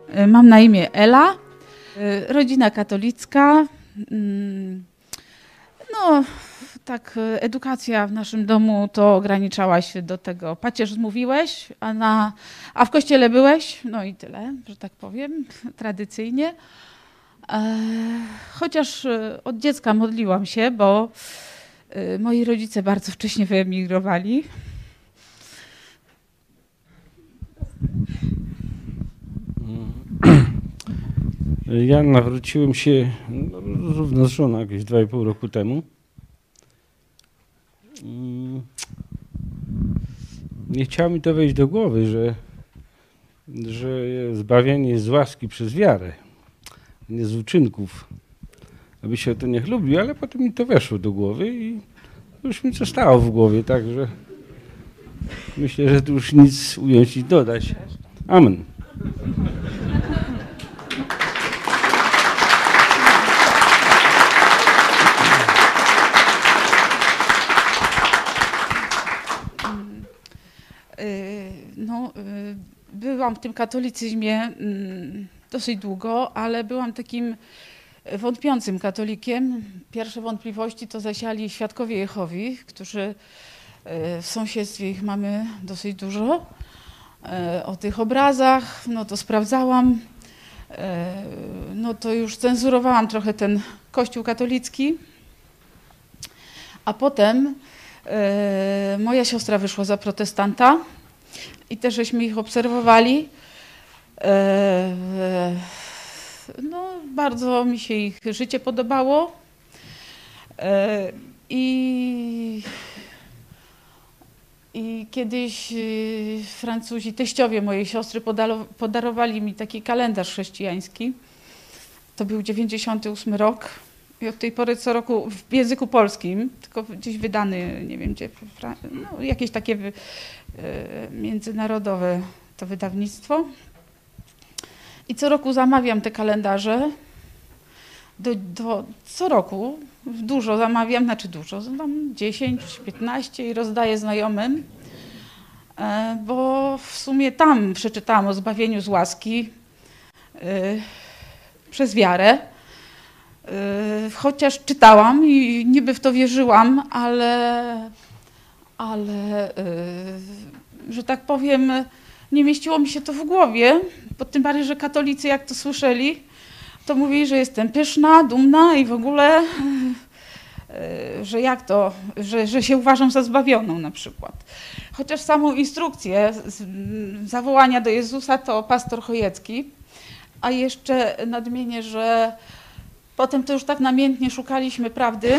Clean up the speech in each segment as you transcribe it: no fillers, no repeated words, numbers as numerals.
Mam na imię Ela, rodzina katolicka. No, tak, edukacja w naszym domu to ograniczała się do tego, pacierz mówiłeś, a w kościele byłeś, no i tyle, że tak powiem, tradycyjnie. Chociaż od dziecka modliłam się, bo moi rodzice bardzo wcześnie wyemigrowali. Ja nawróciłem się równo z żoną jakieś 2,5 roku temu. Nie chciało mi to wejść do głowy, że zbawienie jest z łaski przez wiarę, nie z uczynków. Aby się o to nie chlubił, ale potem mi to weszło do głowy i już mi zostało w głowie, także myślę, że tu już nic ująć i dodać. Amen. Byłam w tym katolicyzmie dosyć długo, ale byłam takim wątpiącym katolikiem. Pierwsze wątpliwości to zasiali świadkowie Jehowi, którzy w sąsiedztwie ich mamy dosyć dużo. O tych obrazach, no to sprawdzałam, no to już cenzurowałam trochę ten kościół katolicki. A potem moja siostra wyszła za protestanta i też żeśmy ich obserwowali. No, bardzo mi się ich życie podobało. I kiedyś Francuzi, teściowie mojej siostry podarowali mi taki kalendarz chrześcijański. To był 98 rok. I od tej pory co roku w języku polskim, tylko gdzieś wydany, nie wiem gdzie, no, jakieś takie międzynarodowe to wydawnictwo. I co roku zamawiam te kalendarze. Co roku dużo zamawiam, znaczy dużo, tam 10, 15 i rozdaję znajomym, bo w sumie tam przeczytałam o zbawieniu z łaski przez wiarę. Chociaż czytałam i niby w to wierzyłam, ale że tak powiem, nie mieściło mi się to w głowie, bo tym bardziej, że katolicy jak to słyszeli, to mówili, że jestem pyszna, dumna i w ogóle, że jak to, że się uważam za zbawioną na przykład. Chociaż samą instrukcję zawołania do Jezusa to pastor Chojecki, a jeszcze nadmienię, że potem to już tak namiętnie szukaliśmy prawdy,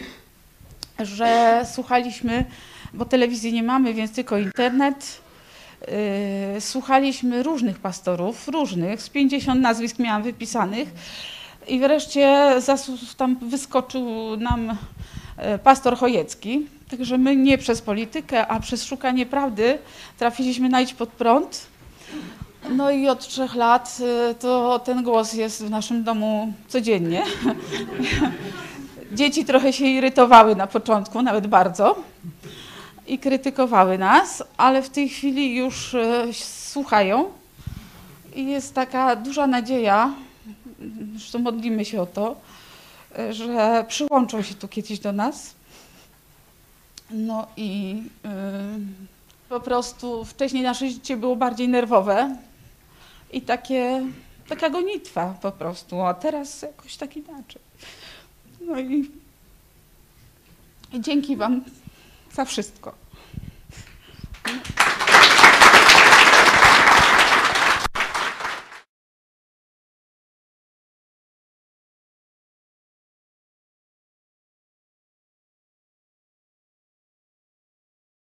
że słuchaliśmy, bo telewizji nie mamy, więc tylko internet. Słuchaliśmy różnych pastorów, z 50 nazwisk miałam wypisanych i wreszcie tam wyskoczył nam pastor Chojecki. Także my nie przez politykę, a przez szukanie prawdy trafiliśmy na Idź Pod Prąd. No i od 3 lat to ten głos jest w naszym domu codziennie. Dzieci trochę się irytowały na początku, nawet bardzo, i krytykowały nas, ale w tej chwili już słuchają i jest taka duża nadzieja, zresztą modlimy się o to, że przyłączą się tu kiedyś do nas. No i po prostu wcześniej nasze życie było bardziej nerwowe i taka gonitwa po prostu, a teraz jakoś tak inaczej. No i dzięki wam za wszystko.